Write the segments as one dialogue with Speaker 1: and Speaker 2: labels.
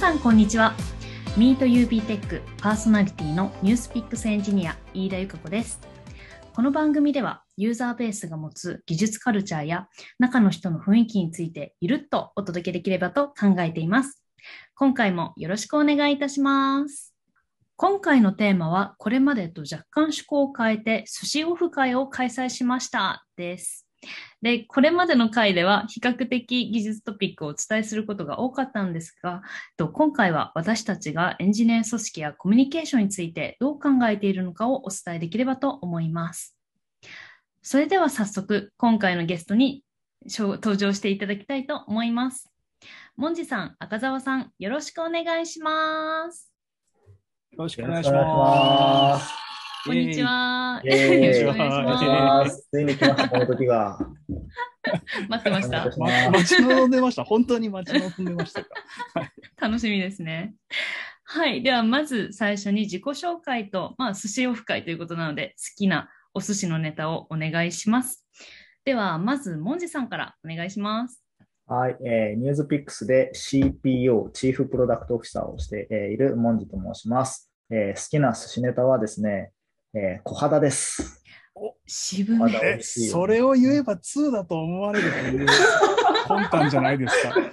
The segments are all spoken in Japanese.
Speaker 1: さんこんにちは。ミート UB テックパーソナリティのニュースピックスエンジニア飯田由香子です。この番組ではユーザーベースが持つ技術カルチャーや中の人の雰囲気についてゆるっとお届けできればと考えています。今回もよろしくお願いいたします。今回のテーマはこれまでと若干趣向を変えて寿司オフ会を開催しましたです。で、これまでの回では比較的技術トピックをお伝えすることが多かったんですが、今回は私たちがエンジニア組織やコミュニケーションについてどう考えているのかをお伝えできればと思います。それでは早速、今回のゲストに登場していただきたいと思います。モンジさん、赤澤さん、よろしくお願いします。
Speaker 2: よろしくお願いします。
Speaker 1: こんにちは。
Speaker 2: よろしくお願いします。
Speaker 3: ついに来ました、この時が。
Speaker 1: 待ってました。
Speaker 2: 待ち望んでました。本当に待ち望んでましたか。
Speaker 1: 楽しみですね。はい。では、まず最初に自己紹介と、寿司オフ会ということなので、好きなお寿司のネタをお願いします。では、まず、モンジさんからお願いします。
Speaker 3: はい、ニュースピックスで CPO、チーフプロダクトオフィサーをしているモンジと申します。好きな寿司ネタはですね、小肌です。
Speaker 1: 渋め。
Speaker 2: それを言えば2だと思われるという魂胆じゃないですか。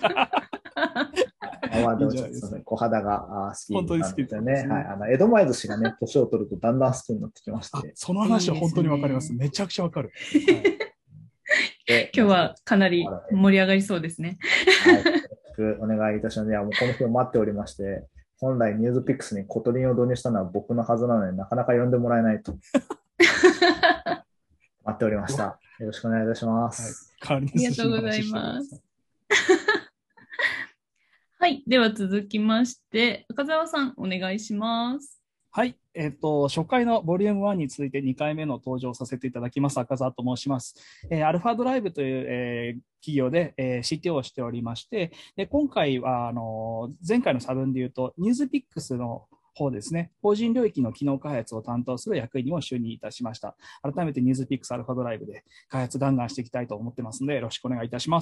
Speaker 3: 小肌が好きなんですよね。
Speaker 2: はい、
Speaker 3: 江戸前寿司がね、年を取るとだんだん好きになってきまして。
Speaker 2: その話は本当にわかります。めちゃくちゃわかる。
Speaker 1: 今日はかなり盛り上がりそうですね。
Speaker 3: はい、よろしくお願いいたします。いや、もうこの日を待っておりまして、本来ニュースピックスにコトリンを導入したのは僕のはずなので、なかなか呼んでもらえないと。待っておりました。よろしくお願いいたします。
Speaker 1: はい、ありがとうございます。はい。では続きまして、赤澤さん、お願いします。
Speaker 2: はい。初回のボリューム1に続いて2回目の登場させていただきます。赤澤と申します。アルファドライブという、企業で、CTO をしておりまして、で今回は前回の差分で言うと、ニュースピックスの方ですね、法人領域の機能開発を担当する役員にも就任いたしました。改めてニュースピックスアルファドライブで開発ガンガンしていきたいと思ってますので、よろしくお願いいたします。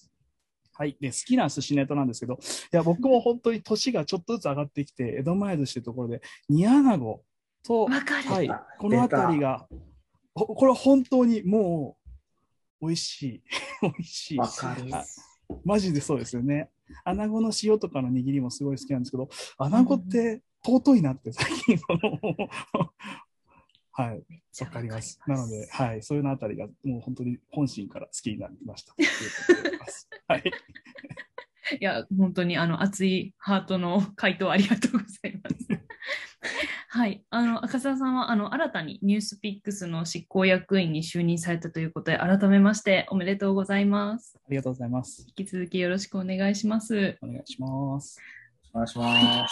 Speaker 2: はい、で好きな寿司ネタなんですけど、いや僕も本当に年がちょっとずつ上がってきて、江戸前寿司というところで煮穴子と、はい、この辺りがこれは本当にもう美味しい美味しい。
Speaker 3: わかる。
Speaker 2: マジでそうですよね。穴子の塩とかの握りもすごい好きなんですけど、穴子って尊いなって最近はい、わかります。なので、はい、そういうのあたりがもう本当に本心から好きになりました。はい。
Speaker 1: いや、本当に熱いハートの回答ありがとうございます。はい、赤澤さんは新たにニュースピックスの執行役員に就任されたということで、改めましておめでとうございます。
Speaker 2: ありがとうございます。
Speaker 1: 引き続きよろしくお願いします。
Speaker 2: お願いします。
Speaker 3: お願いします。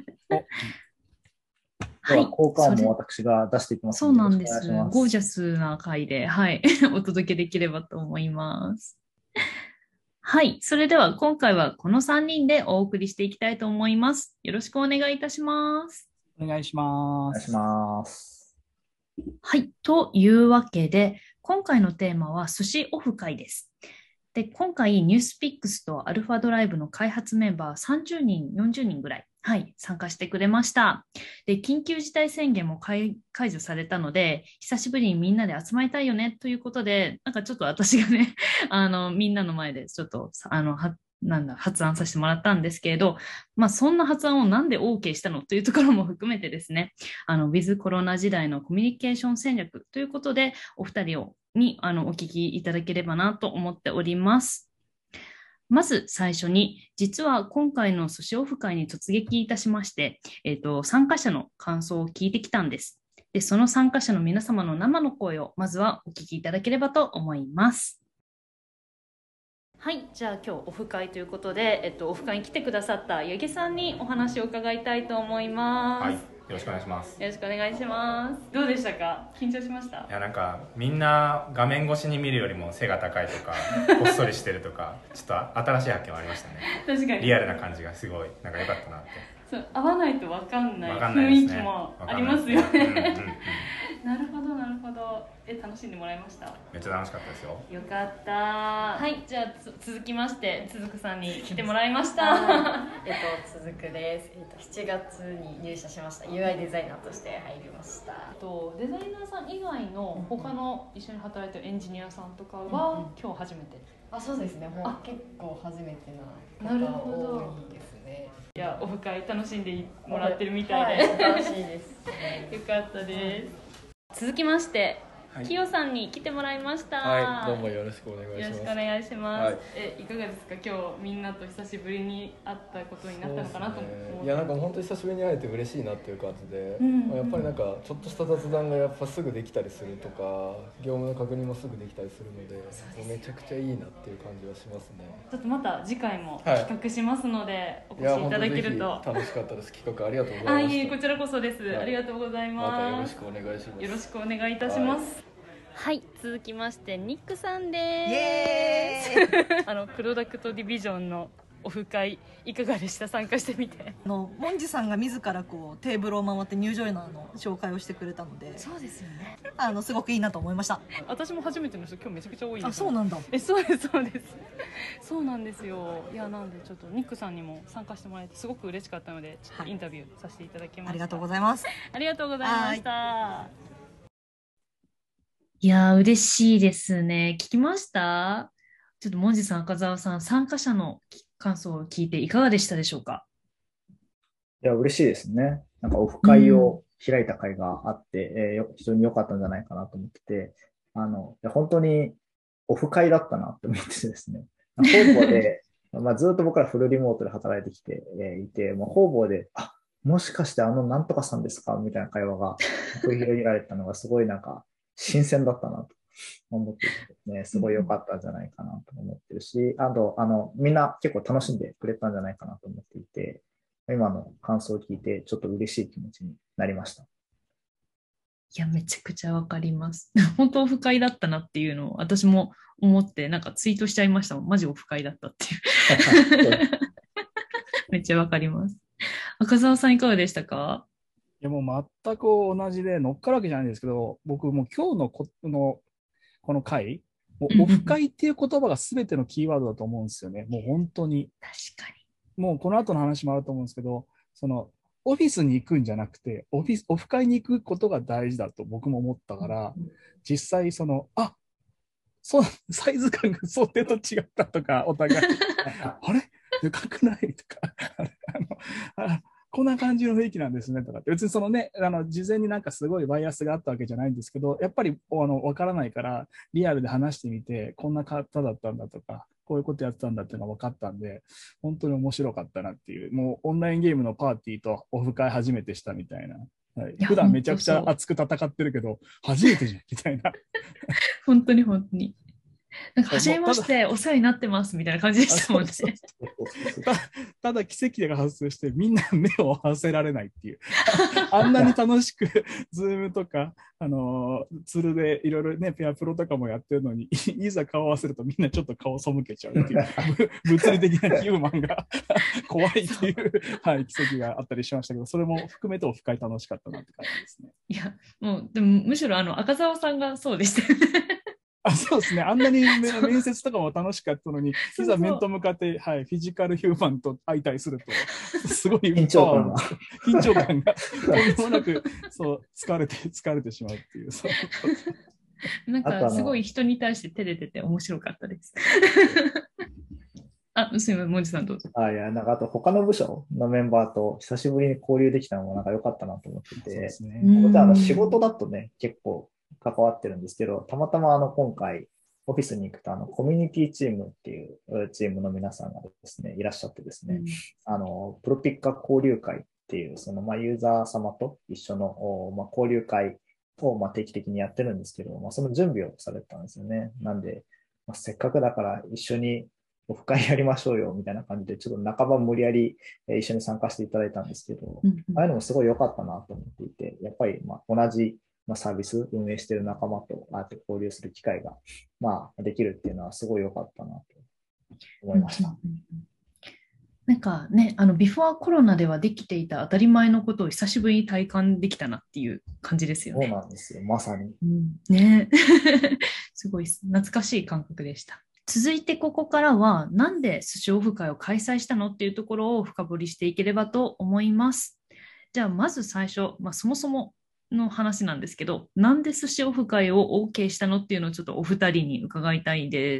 Speaker 3: はい、効果音も私が出していきます。
Speaker 1: そうなんです。ゴージャスな回で、はい、お届けできればと思います。はい、それでは今回はこの3人でお送りしていきたいと思います。よろしくお願いいたします。
Speaker 2: お願いします。
Speaker 3: お願いします。
Speaker 1: はい、というわけで、今回のテーマは寿司オフ会です。で、今回ニュースピックスとアルファドライブの開発メンバー30人、40人ぐらい、はい、参加してくれました。で、緊急事態宣言も解除されたので、久しぶりにみんなで集まりたいよねということで、なんかちょっと私がね、みんなの前でちょっと、発案させてもらったんですけれど、そんな発案をなんで OK したのというところも含めてですね、ウィズコロナ時代のコミュニケーション戦略ということで、お二人にお聞きいただければなと思っております。まず最初に、実は今回の寿司オフ会に突撃いたしまして、参加者の感想を聞いてきたんです。で、その参加者の皆様の生の声をまずはお聞きいただければと思います。はい、じゃあ今日オフ会ということで、オフ会に来てくださった八木さんにお話を伺いたいと思います。
Speaker 4: はい、よろしくお願いします。
Speaker 1: よろしくお願いします。どうでしたか？緊張しました？
Speaker 4: いや、なんかみんな画面越しに見るよりも背が高いとかほっそりしてるとかちょっと新しい発見はありましたね。
Speaker 1: 確かに
Speaker 4: リアルな感じがすごいなんか良かったなって。
Speaker 1: そう合わないと分かんない雰囲気もありますよね。なるほどなるほど。 楽しんでもらいました？
Speaker 4: めっちゃ楽しかったですよ。
Speaker 1: よかった。はい、じゃあ続きましてつづくさんに来てもらいました。
Speaker 5: つづくです。7月に入社しました。UI デザイナーとして入りました。
Speaker 1: デザイナーさん以外の他の一緒に働いてるエンジニアさんとかは、今日初めて？
Speaker 5: そうですね。もう結構初めてな
Speaker 1: なる
Speaker 5: 方
Speaker 1: ほど
Speaker 5: 多いですね。
Speaker 1: いや、オフ会楽しんでもらってるみたいで、
Speaker 5: 楽しいです。
Speaker 1: よかったです。続きまして、キヨさんに来てもらいました。
Speaker 6: はい、どうもよろしくお願いします。
Speaker 1: よろしくお願いします。
Speaker 6: はい、
Speaker 1: いかがですか、今日みんなと久しぶりに会ったことになったのかなと思って。
Speaker 6: いや、なんか本当に久しぶりに会えて嬉しいなっていう感じで、やっぱりなんかちょっとした雑談がやっぱすぐできたりするとか、業務の確認もすぐできたりするので、めちゃくちゃいいなっていう感じはしますね。
Speaker 1: ちょっとまた次回も企画しますので、お越しいただけると。
Speaker 6: 楽しかったです。企画ありがとうございました。
Speaker 1: こちらこそです。ありがとうございます。
Speaker 6: またよろしくお願いします。
Speaker 1: よろしくお願いいたします。はい、続きましてニックさんです。プロダクトディビジョンのオフ会いかがでした？参加してみて。
Speaker 7: モンジさんが自らこうテーブルを回って入場者の紹介をしてくれたので、
Speaker 1: そうですよね。
Speaker 7: すごくいいなと思いました。
Speaker 1: 私も初めての人今日めちゃくちゃ多いです。
Speaker 7: そうなんだ。
Speaker 1: そうですそうです。そうなんですよ。いや、なんでちょっとニックさんにも参加してもらえてすごく嬉しかったので、ちょっとインタビューさせていただきました。
Speaker 7: ありがとうございます。
Speaker 1: ありがとうございました。いやー、嬉しいですね。聞きました？ちょっとモンジさん、赤澤さん、参加者の感想を聞いていかがでしたでしょうか？
Speaker 3: いや、嬉しいですね。なんかオフ会を開いた会があって、非常に良かったんじゃないかなと思ってて、本当にオフ会だったなって思ってですね。方々で、ずっと僕らフルリモートで働いてきて、いて、方々で、もしかしてなんとかさんですかみたいな会話が繰り広げられたのがすごいなんか新鮮だったなと思っていてですね、すごい良かったんじゃないかなと思ってるし、あと、みんな結構楽しんでくれたんじゃないかなと思っていて、今の感想を聞いてちょっと嬉しい気持ちになりました。
Speaker 1: いや、めちゃくちゃわかります。本当オフ会だったなっていうのを私も思って、なんかツイートしちゃいましたもん。マジオフ会だったっていう。めっちゃわかります。赤澤さんいかがでしたか？
Speaker 2: いや、もう全く同じで乗っかるわけじゃないんですけど、僕もう今日のこの回、オフ会っていう言葉が全てのキーワードだと思うんですよね。もう本当に。
Speaker 1: 確かに。
Speaker 2: もうこの後の話もあると思うんですけど、オフィスに行くんじゃなくて、オフ会に行くことが大事だと僕も思ったから、実際サイズ感が想定と違ったとか、お互い、あれでかくないとか、こんな感じの雰囲気なんですねとかって、別に事前になんかすごいバイアスがあったわけじゃないんですけど、やっぱりわからないから、リアルで話してみて、こんな方だったんだとか、こういうことやってたんだっていうのが分かったんで、本当に面白かったなっていう、もうオンラインゲームのパーティーとオフ会初めてしたみたいな。はい、普段めちゃくちゃ熱く戦ってるけど、初めてじゃんみたいな。
Speaker 1: 本当に本当に。なんか初めましてお世話になってますみたいな感じでしたもんね。
Speaker 2: ただ奇跡が発生してみんな目を合わせられないっていうあんなに楽しくズームとかツールでいろいろねペアプロとかもやってるのにいざ顔を合わせるとみんなちょっと顔背けちゃうっていう物理的なヒューマンが怖いっていう、はい、奇跡があったりしましたけど、それも含めてオフ会楽しかったなって感じですね。
Speaker 1: いやもうでもむしろ赤澤さんがそうでしたよね。
Speaker 2: そうですね。あんなに面接とかも楽しかったのに、いざ面と向かって、はい、フィジカルヒューマンと相対すると、すごい
Speaker 3: 緊張
Speaker 2: 感がとんでもなく、疲れてしまうっていう。
Speaker 1: なんかすごい人に対して照れてて面白かったです。すみません、もんじさんどうぞ。
Speaker 3: いや、なんかあと他の部署のメンバーと久しぶりに交流できたのもなんか良かったなと思ってて、仕事だとね、結構関わってるんですけど、たまたま今回オフィスに行くとコミュニティチームっていうチームの皆さんがですね、いらっしゃってですね、プロピッカ交流会っていう、ユーザー様と一緒の、交流会を定期的にやってるんですけど、その準備をされてたんですよね。なんで、せっかくだから一緒にオフ会やりましょうよみたいな感じで、ちょっと半ば無理やり一緒に参加していただいたんですけど、ああいうのもすごい良かったなと思っていて、やっぱり同じサービス運営している仲間とああやって交流する機会ができるっていうのはすごい良かったなと思いました。
Speaker 1: なんかね、ビフォーコロナではできていた当たり前のことを久しぶりに体感できたなっていう感じですよ
Speaker 3: そう
Speaker 1: ね。
Speaker 3: なんですよ。まさに。
Speaker 1: ね。すごい懐かしい感覚でした。続いてここからは、なんで寿司オフ会を開催したのっていうところを深掘りしていければと思います。じゃあ、まず最初、そもそもの話なんですけど、なんで寿司オフ会を OK したのっていうのをちょっとお二人に伺いたいです。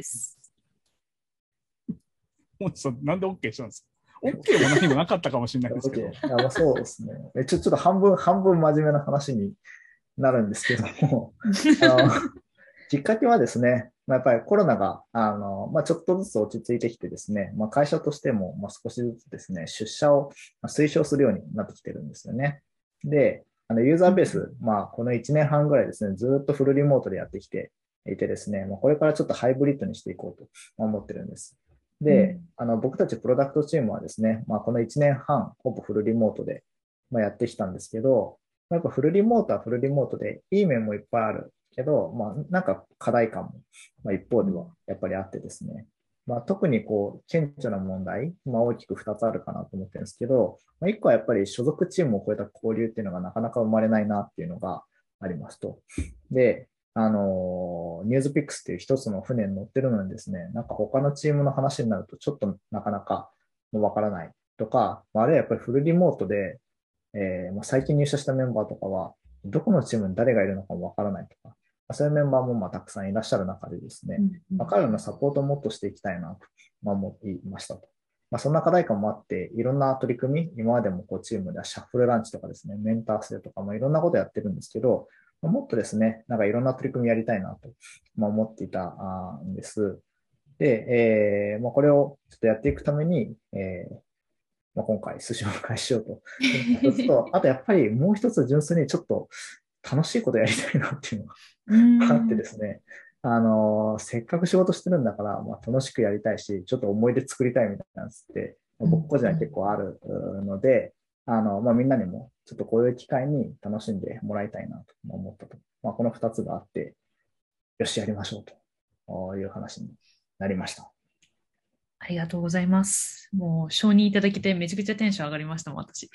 Speaker 2: なんで OK したんですか？ OK も何もなかったかもしれないですけど。
Speaker 3: そうですね。ちょっと半分真面目な話になるんですけども、きっかけはですね、やっぱりコロナが、ちょっとずつ落ち着いてきてですね、会社としても、少しずつですね、出社を推奨するようになってきてるんですよね。で、ユーザーベース、この1年半ぐらいですね、ずっとフルリモートでやってきていてですね、これからちょっとハイブリッドにしていこうと思ってるんです。で、僕たちプロダクトチームはですね、この1年半、ほぼフルリモートで、やってきたんですけど、やっぱフルリモートはフルリモートで、いい面もいっぱいあるけど、なんか課題感も、一方ではやっぱりあってですね、特に顕著な問題、大きく2つあるかなと思ってるんですけど、1個はやっぱり所属チームを超えた交流っていうのがなかなか生まれないなっていうのがありますと。で、ニュースピックスっていう一つの船に乗ってるのにですね、なんか他のチームの話になるとちょっとなかなかわからないとか、あるいはやっぱりフルリモートで、最近入社したメンバーとかは、どこのチームに誰がいるのかもわからないとか、そういうメンバーもたくさんいらっしゃる中でですね、彼らのサポートをもっとしていきたいなと思っていましたと。そんな課題感もあって、いろんな取り組み、今までもチームではシャッフルランチとかですね、メンター制とかいろんなことやってるんですけど、もっとですね、なんかいろんな取り組みやりたいなと思っていたんです。で、これをちょっとやっていくために、今回寿司を開始しようと。一つと、あとやっぱりもう一つ純粋にちょっと楽しいことやりたいなっていうのがあってですね、せっかく仕事してるんだから、楽しくやりたいし、ちょっと思い出作りたいみたいなやつって、僕個人は結構あるので、みんなにもちょっとこういう機会に楽しんでもらいたいなと思ったと。この2つがあって、よし、やりましょうという話になりました。
Speaker 1: ありがとうございます。もう承認いただけてめちゃくちゃテンション上がりましたもん、私。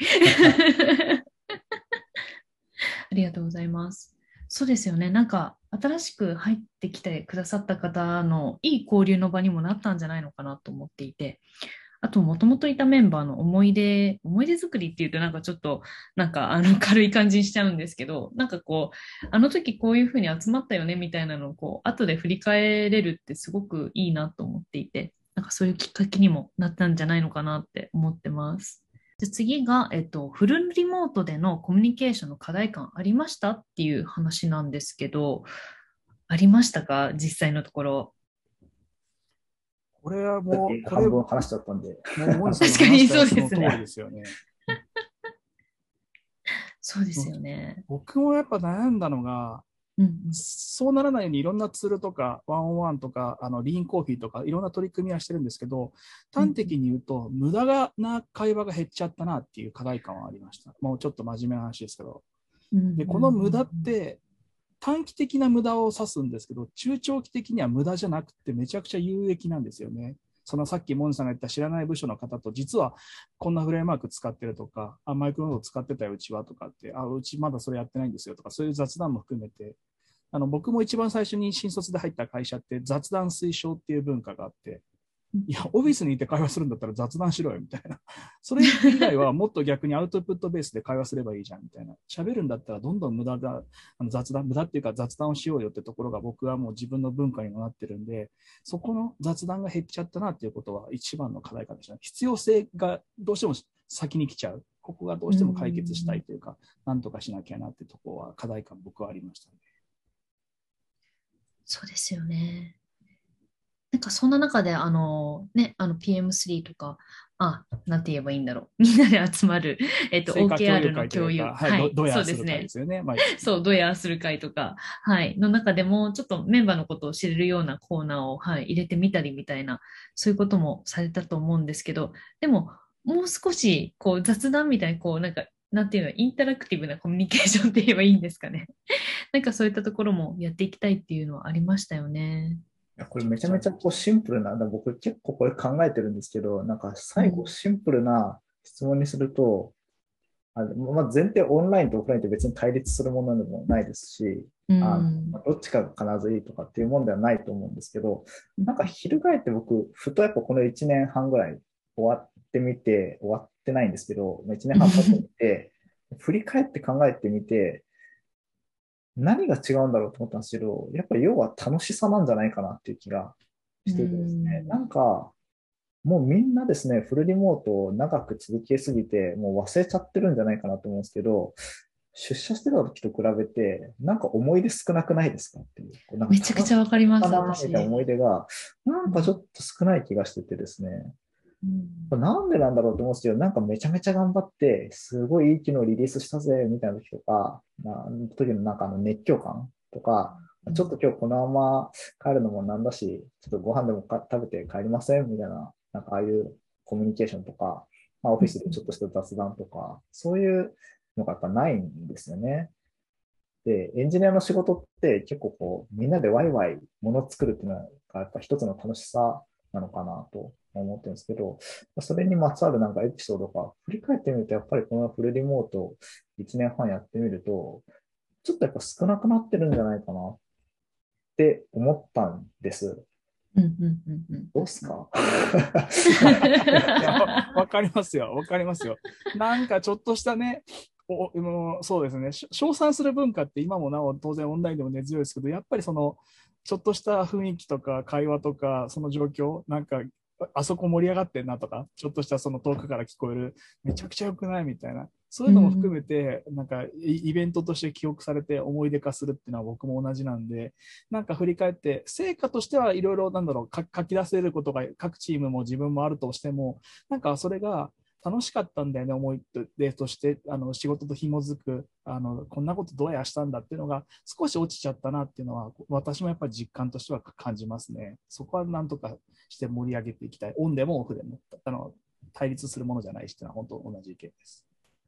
Speaker 1: ありがとうございます。そうですよね。なんか新しく入ってきてくださった方のいい交流の場にもなったんじゃないのかなと思っていて、あと、もともといたメンバーの思い出作りっていうとなんかちょっとなんか軽い感じにしちゃうんですけど、なんかあの時こういうふうに集まったよねみたいなのを後で振り返れるってすごくいいなと思っていて、なんかそういうきっかけにもなったんじゃないのかなって思ってます。で次が、フルリモートでのコミュニケーションの課題感ありましたっていう話なんですけど、ありましたか実際のところ。
Speaker 2: これはもう、
Speaker 3: 半分話しちゃったんで。
Speaker 1: 確かにそうですね。
Speaker 2: ですよね。
Speaker 1: そうですよね。
Speaker 2: 僕もやっぱ悩んだのが、そうならないようにいろんなツールとか、ワンオンワンとか、リーンコーヒーとか、いろんな取り組みはしてるんですけど、端的に言うと、無駄な会話が減っちゃったなっていう課題感はありました。もうちょっと真面目な話ですけど。で、この無駄って、短期的な無駄を指すんですけど、中長期的には無駄じゃなくてめちゃくちゃ有益なんですよね。そのさっきモンさんが言った知らない部署の方と、実はこんなフレームワーク使ってるとか、マイクロノード使ってたようちはとかって、うちまだそれやってないんですよとか、そういう雑談も含めて、僕も一番最初に新卒で入った会社って雑談推奨っていう文化があって、いや、オフィスにいて会話するんだったら雑談しろよみたいな。それ以外はもっと逆にアウトプットベースで会話すればいいじゃんみたいな。喋るんだったらどんどん無駄っていうか雑談をしようよってところが僕はもう自分の文化にもなってるんで、そこの雑談が減っちゃったなっていうことは一番の課題かもしれない。必要性がどうしても先に来ちゃう。ここがどうしても解決したいというか、なんとかしなきゃなってところは課題感僕はありましたね。
Speaker 1: そうですよね。なんかそんな中でPM3 とか、なんて言えばいいんだろう。みんなで集まる、OKR の共有。
Speaker 2: はい、ドヤする会ですよね。
Speaker 1: そう、ドヤする会とか、はい、の中でも、ちょっとメンバーのことを知れるようなコーナーを、はい、入れてみたりみたいな、そういうこともされたと思うんですけど、でも、もう少し、雑談みたいに、なんか、なんていうの、インタラクティブなコミュニケーションって言えばいいんですかね。なんかそういったところもやっていきたいっていうのはありましたよね。
Speaker 3: やこれめちゃめちゃこうシンプルな、僕結構これ考えてるんですけど、なんか最後シンプルな質問にすると、まあ、前提オンラインとオフラインって別に対立するものでもないですし、どっちかが必ずいいとかっていうものではないと思うんですけど、なんか翻って僕、ふとやっぱこの1年半ぐらい終わってないんですけど、1年半経ってみて、振り返って考えてみて、何が違うんだろうと思ったんですけど、やっぱり要は楽しさなんじゃないかなっていう気がしててですね、なんか、もうみんなですね、フルリモートを長く続けすぎて、もう忘れちゃってるんじゃないかなと思うんですけど、出社してた時と比べて、なんか思い出少なくないですかっていう。なんか
Speaker 1: めちゃくちゃわかります、
Speaker 3: 私。みたいな思い出が、なんかちょっと少ない気がしててですね。なんでなんだろうと思うんですけど、なんかめちゃめちゃ頑張って、すごいいい機能リリースしたぜ、みたいな時とか、時のなんか熱狂感とか、ちょっと今日このまま帰るのもなんだし、ちょっとご飯でも食べて帰りませんみたいな、なんかああいうコミュニケーションとか、まあ、オフィスでちょっとした雑談とか、そういうのがやっぱないんですよね。で、エンジニアの仕事って結構こう、みんなでワイワイものを作るっていうのがやっぱ一つの楽しさなのかなと思ってるんですけど、それにまつわるなんかエピソードが振り返ってみると、やっぱりこのフルリモート1年半やってみると、ちょっとやっぱ少なくなってるんじゃないかなって思ったんです。どうすか
Speaker 2: わかりますよ。わかりますよ。なんかちょっとしたね、そうですね、称賛する文化って今もなお当然オンラインでも根強いですけど、やっぱりその、ちょっとした雰囲気とか会話とか、その状況、なんか、あそこ盛り上がってんなとか、ちょっとしたその遠くから聞こえる、めちゃくちゃ良くないみたいな、そういうのも含めて、なんかイベントとして記憶されて思い出化するっていうのは僕も同じなんで、なんか振り返って、成果としてはいろいろ、なんだろう、書き出せることが各チームも自分もあるとしても、なんかそれが、楽しかったんだよね、思い出として仕事と紐づくこんなことどうやしたんだっていうのが少し落ちちゃったなっていうのは私もやっぱり実感としては感じますね。そこはなんとかして盛り上げていきたい。オンでもオフでも対立するものじゃないしっていうのは本当同じ意見です。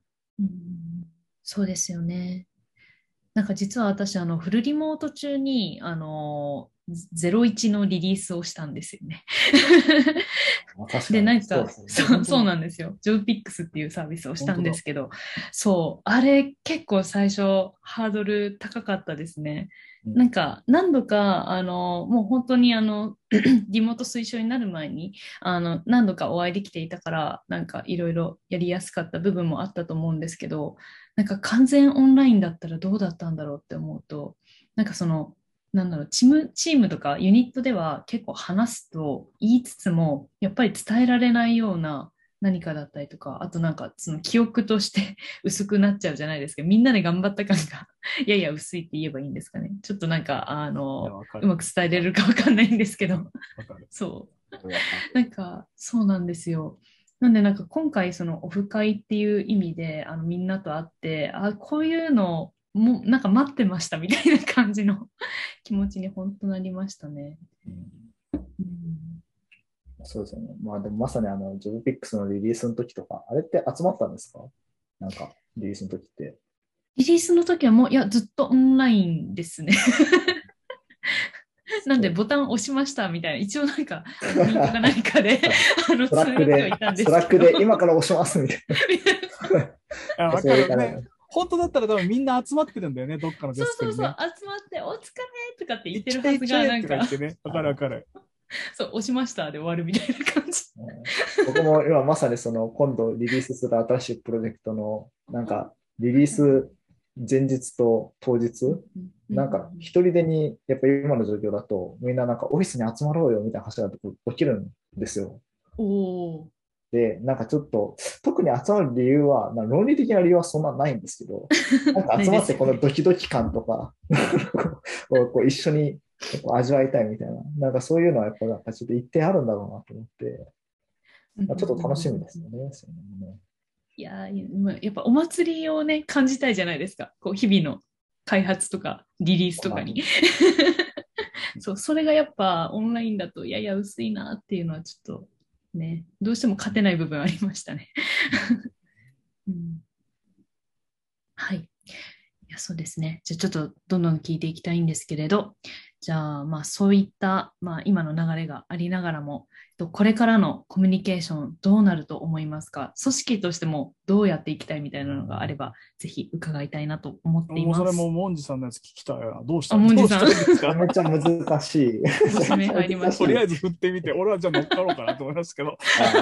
Speaker 1: そうですよね。なんか実は私フルリモート中に01のリリースをしたんですよね。で、なんか、そうなんですよ。ジョブピックスっていうサービスをしたんですけど、そう、あれ結構最初ハードル高かったですね。なんか何度か、もう本当にリモート推奨になる前に、何度かお会いできていたから、なんかいろいろやりやすかった部分もあったと思うんですけど、なんか完全オンラインだったらどうだったんだろうって思うと、なんかなんだろう、チームとかユニットでは結構話すと言いつつも、やっぱり伝えられないような何かだったりとか、あとなんかその記憶として薄くなっちゃうじゃないですか。みんなで頑張った感がやや薄いって言えばいいんですかね。ちょっとなんか、うまく伝えれるかわかんないんですけど、そう。なんか、そうなんですよ。なんでなんか今回そのオフ会っていう意味でみんなと会ってこういうのもなんか待ってましたみたいな感じの気持ちに本当なりましたね。
Speaker 3: そうですよね。まあでもまさにジョブピックスのリリースの時とか、あれって集まったんですか？なんかリリースの時って。
Speaker 1: リリースの時はもういやずっとオンラインですね。なんでボタン押しましたみたいな、一応なんか、ミートか何かで、
Speaker 3: スラックで今から押しますみたいな。
Speaker 2: わかるね。本当だったら多分みんな集まってるんだよね、どっかのデスクにね。
Speaker 1: そう、集まって、お疲れとかって言ってるはずが、なんか。
Speaker 2: ね、わかるわかる。
Speaker 1: そう、押しましたで終わるみたいな感じ。
Speaker 3: 僕も今まさに今度リリースする新しいプロジェクトの、なんか、リリース前日と当日、なんか一人でに、やっぱり今の状況だと、みんななんかオフィスに集まろうよみたいな話が起きるんですよ。で、なんかちょっと、特に集まる理由は、論理的な理由はそんなないんですけど、なんか集まってこのドキドキ感とか、こう一緒に味わいたいみたいな、なんかそういうのはやっぱなんかちょっと一定あるんだろうなと思って、ちょっと楽しみですよね。
Speaker 1: いやっぱお祭りをね、感じたいじゃないですか。こう日々の開発とかリリースとかに。そう、それがやっぱオンラインだとやや薄いなっていうのはちょっとね、どうしても勝てない部分ありましたね。はい。いや、そうですね。じゃあちょっとどんどん聞いていきたいんですけれど、 じゃあ、そういった、今の流れがありながらも、これからのコミュニケーションどうなると思いますか？組織としてもどうやっていきたいみたいなのがあれば、ぜひ伺いたいなと思っています。
Speaker 2: もうそれもモンジさんのやつ聞きたいな。どうした
Speaker 1: モンジさん。
Speaker 3: めちゃめちゃ難しい。
Speaker 1: 説明入りました。
Speaker 2: とりあえず振ってみて、俺はじゃあ乗っかろうかなと思いますけど。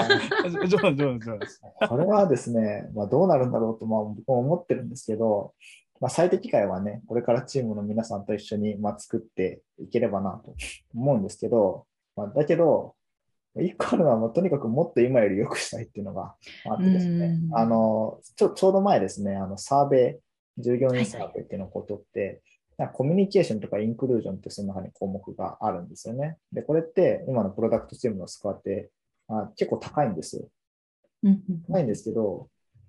Speaker 3: これはですね、どうなるんだろうと僕も思ってるんですけど、最適解はね、これからチームの皆さんと一緒に作っていければなと思うんですけど、だけど、一個あるのはとにかくもっと今より良くしたいっていうのがあってですね、ちょうど前ですね、サーベイ、従業員サーベイっていうのを取って、コミュニケーションとかインクルージョンってその中に項目があるんですよね。で、これって今のプロダクトチームのスコアって結構高いんですよ。高いんですけど、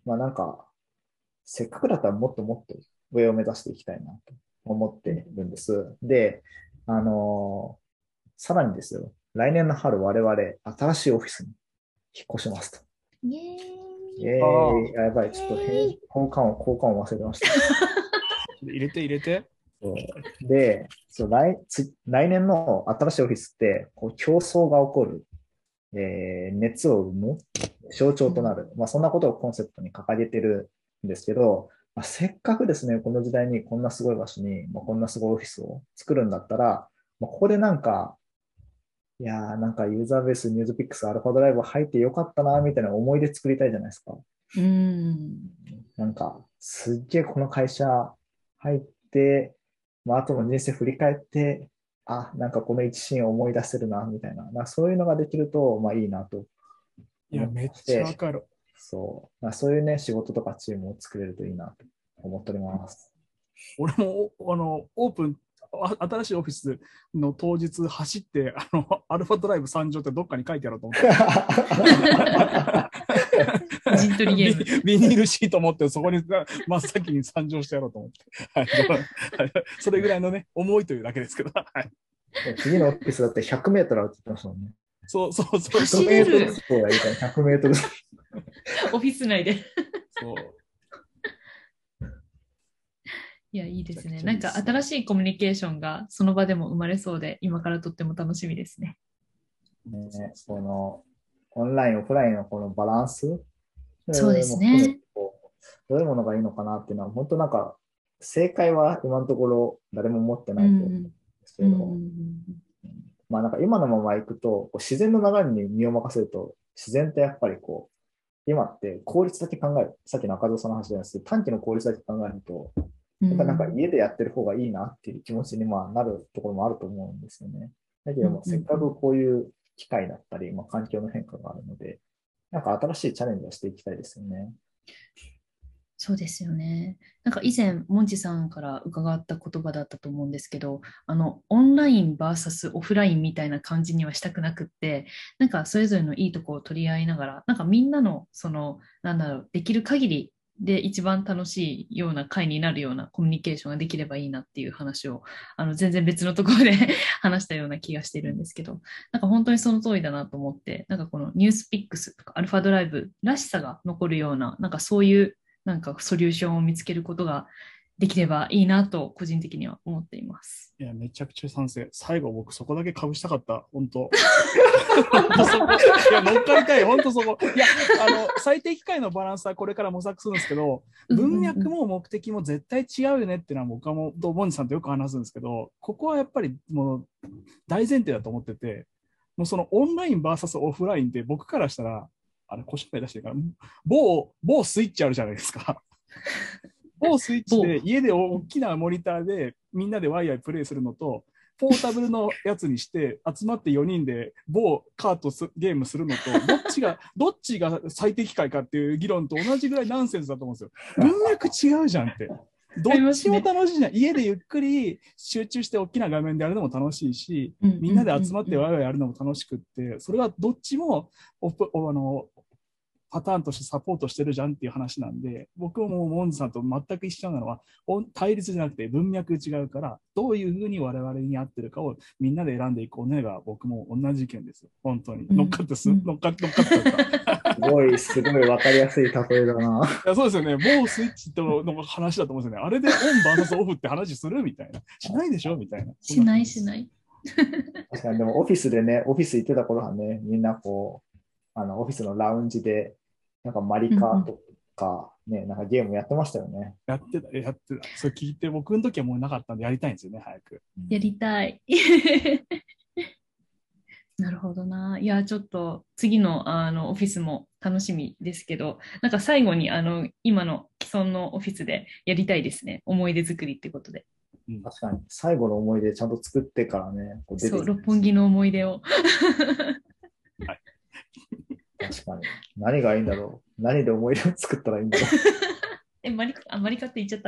Speaker 3: せっかくだったらもっともっと上を目指していきたいなと思ってるんです。で、さらにですよ、来年の春我々新しいオフィスに引っ越しますと。
Speaker 1: イエーイ。
Speaker 3: やばい、ちょっと交換を忘れてました。
Speaker 2: 入れて。
Speaker 3: で、来年の新しいオフィスって、競争が起こる、熱を生む象徴となる、そんなことをコンセプトに掲げてるんですけど、せっかくですね、この時代にこんなすごい場所に、こんなすごいオフィスを作るんだったら、ここでユーザーベース、ニュースピックス、アルファドライブ入ってよかったな、みたいな思い出作りたいじゃないですか。すっげえこの会社入って、後の人生振り返って、この一シーンを思い出せるな、みたいな。そういうのができると、いいなと。
Speaker 2: いや、めっちゃわかる。
Speaker 3: そういうね、仕事とかチームを作れるといいなと思っております。
Speaker 2: 俺も、オープン、新しいオフィスの当日走って、アルファドライブ参上ってどっかに書いてやろうと思って。
Speaker 1: 陣取りゲーム。
Speaker 2: ビニールシート持ってそこに真っ先に参上してやろうと思って。それぐらいのね、思いというだけですけど。
Speaker 3: 次のオフィスだって100メートル歩ってますもんね。
Speaker 2: そう。
Speaker 1: 走れる。
Speaker 3: 100メートル。
Speaker 1: オフィス内で。
Speaker 2: そう。
Speaker 1: いや、いいですね。新しいコミュニケーションがその場でも生まれそうで、今からとっても楽しみですね。
Speaker 3: このオンライン、オフラインのこのバランス。
Speaker 1: そうですね。
Speaker 3: どういうものがいいのかなっていうのは、本当正解は今のところ誰も持ってないと思うんですけど、今のまま行くと、自然の流れに身を任せると、自然ってやっぱり今って効率だけ考える。さっきの赤蔵さんの話じゃないですけど、短期の効率だけ考えると、家でやってる方がいいなっていう気持ちになるところもあると思うんですよね。だけどせっかくこういう機会だったり、環境の変化があるので、新しいチャレンジをしていきたいですよね。
Speaker 1: そうですよね。以前、モンジさんから伺った言葉だったと思うんですけど、オンライン VS オフラインみたいな感じにはしたくなくって、それぞれのいいところを取り合いながら、みんなの、できる限りで一番楽しいような会になるようなコミュニケーションができればいいなっていう話を、全然別のところで話したような気がしてるんですけど、本当にその通りだなと思って、このニュースピックスとかアルファドライブらしさが残るような、そういうソリューションを見つけることができればいいなと個人的には思っています。
Speaker 2: いや、めちゃくちゃ賛成。最後僕そこだけかぶしたかった。本当。いや、乗っかりたい。本当そこ。いや、最適解のバランスはこれから模索するんですけど、文脈も目的も絶対違うよねっていうのは僕はもう、モンジさんとよく話すんですけど、ここはやっぱりもう大前提だと思ってて、もうそのオンライン VS オフラインって僕からしたら、腰が出してるから、某スイッチあるじゃないですか。某スイッチで家で大きなモニターでみんなでワイワイプレイするのと、ポータブルのやつにして集まって4人で某カートゲームするのと、どっちが最適解かっていう議論と同じぐらいナンセンスだと思うんですよ。文脈違うじゃんって。どっちも楽しいじゃん。家でゆっくり集中して大きな画面でやるのも楽しいし、みんなで集まってワイワイやるのも楽しくって、それはどっちもパターンとしてサポートしてるじゃんっていう話なんで、僕もモンズさんと全く一緒なのは、対立じゃなくて文脈違うから、どういうふうに我々に合ってるかをみんなで選んでいこうねが、僕も同じ意見ですよ。本当に。乗っかって乗っかってた。
Speaker 3: すごい分かりやすい例えだな。
Speaker 2: いや、そうですよね。もうスイッチとの話だと思うんですよね。あれでオンvsオフって話するみたいな。しないでしょみたいな。
Speaker 1: しないしない。
Speaker 3: 確かに、でもオフィスでね、オフィス行ってた頃はね、みんなこう、オフィスのラウンジで、なんかマリカとか、ね、なんかゲームやってましたよね。
Speaker 2: やってた。それ聞いて、僕の時はもうなかったんでやりたいんですよね、早く。
Speaker 1: やりたい。なるほどな。いや、ちょっと次の、オフィスも楽しみですけど、なんか最後に今の既存のオフィスでやりたいですね。思い出作りってことで。
Speaker 3: 確かに、最後の思い出ちゃんと作ってからね、こう出て
Speaker 1: そう、六本木の思い出を。
Speaker 2: はい、
Speaker 3: 確かに。何がいいんだろう。何で思い出を作ったらいいんだろう。
Speaker 1: マリカって言っちゃった。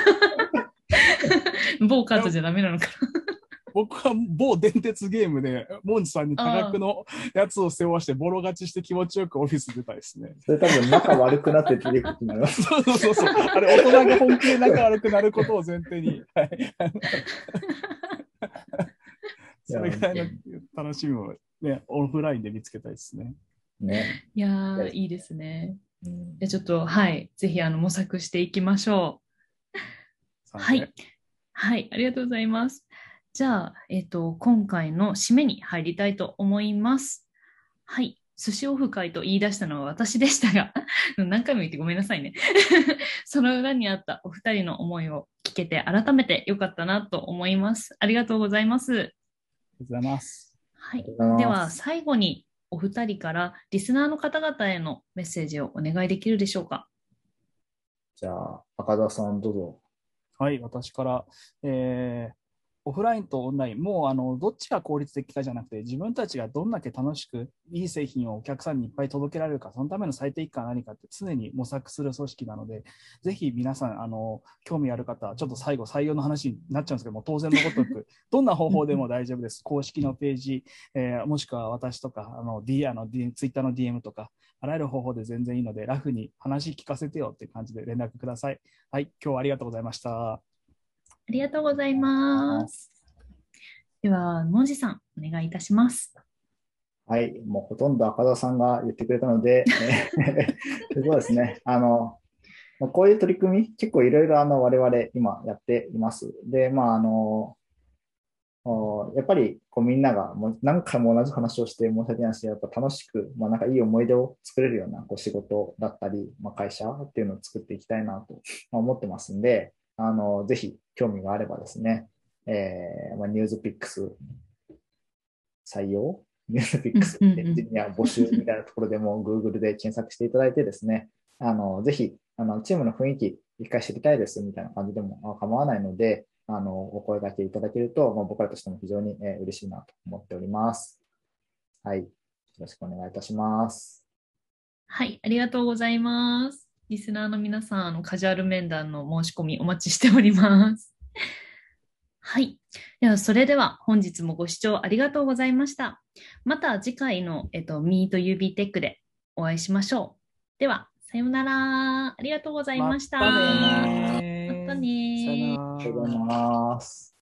Speaker 1: 某カードじゃダメなのかな。
Speaker 2: 僕は某電鉄ゲームで、モンジさんに多額のやつを背負わしてボロ勝ちして気持ちよくオフィス出たいですね。
Speaker 3: それ多分仲悪くなって出てくるになります。
Speaker 2: そう。あれ、大人が本気で仲悪くなることを前提に。はい、それぐらいの楽しみを、ね、オフラインで見つけたいですね。
Speaker 3: ね。
Speaker 1: いやー、いいですね。ちょっと、はい、ぜひ模索していきましょう。はい。はい、ありがとうございます。じゃあ、今回の締めに入りたいと思います。はい。寿司オフ会と言い出したのは私でしたが、何回も言ってごめんなさいね。その裏にあったお二人の思いを聞けて改めてよかったなと思います。ありがとうございます。
Speaker 2: ありがとうございます。
Speaker 1: はい。では、最後にお二人からリスナーの方々へのメッセージをお願いできるでしょうか。
Speaker 3: じゃあ、赤田さんどうぞ。
Speaker 2: はい、私から、オフラインとオンライン、もうどっちが効率的かじゃなくて、自分たちがどんだけ楽しくいい製品をお客さんにいっぱい届けられるか、そのための最適化は何かって常に模索する組織なので、ぜひ皆さん興味ある方、ちょっと最後採用の話になっちゃうんですけども、当然のごとくどんな方法でも大丈夫です。公式のページ、もしくは私とかツイッターの DM とか、あらゆる方法で全然いいので、ラフに話聞かせてよっていう感じで連絡ください。はい、今日はありがとうございました。
Speaker 1: ありがとうございます。では、モンジさん、お願いいたします。
Speaker 3: はい、もうほとんど赤田さんが言ってくれたので、そうですね。こういう取り組み、結構いろいろ我々今やっています。で、やっぱりこうみんながもう何回も同じ話をして申し訳ないし、やっぱ楽しく、なんかいい思い出を作れるようなこう仕事だったり、会社っていうのを作っていきたいなと思ってますんで、ぜひ興味があればですね、ニュースピックス採用ニュースピックスエンジニア募集みたいなところでも Google で検索していただいてですね、ぜひチームの雰囲気一回知りたいですみたいな感じでも構わないので、お声掛けいただけると、僕らとしても非常に嬉しいなと思っております。はい。よろしくお願いいたします。
Speaker 1: はい。ありがとうございます。リスナーの皆さん、カジュアル面談の申し込みお待ちしております。はい。では、それでは本日もご視聴ありがとうございました。また次回の、Meet UB Tech でお会いしましょう。では、さようなら。ありがとうございました。
Speaker 2: またね。
Speaker 1: またね。
Speaker 3: ありがとうございます。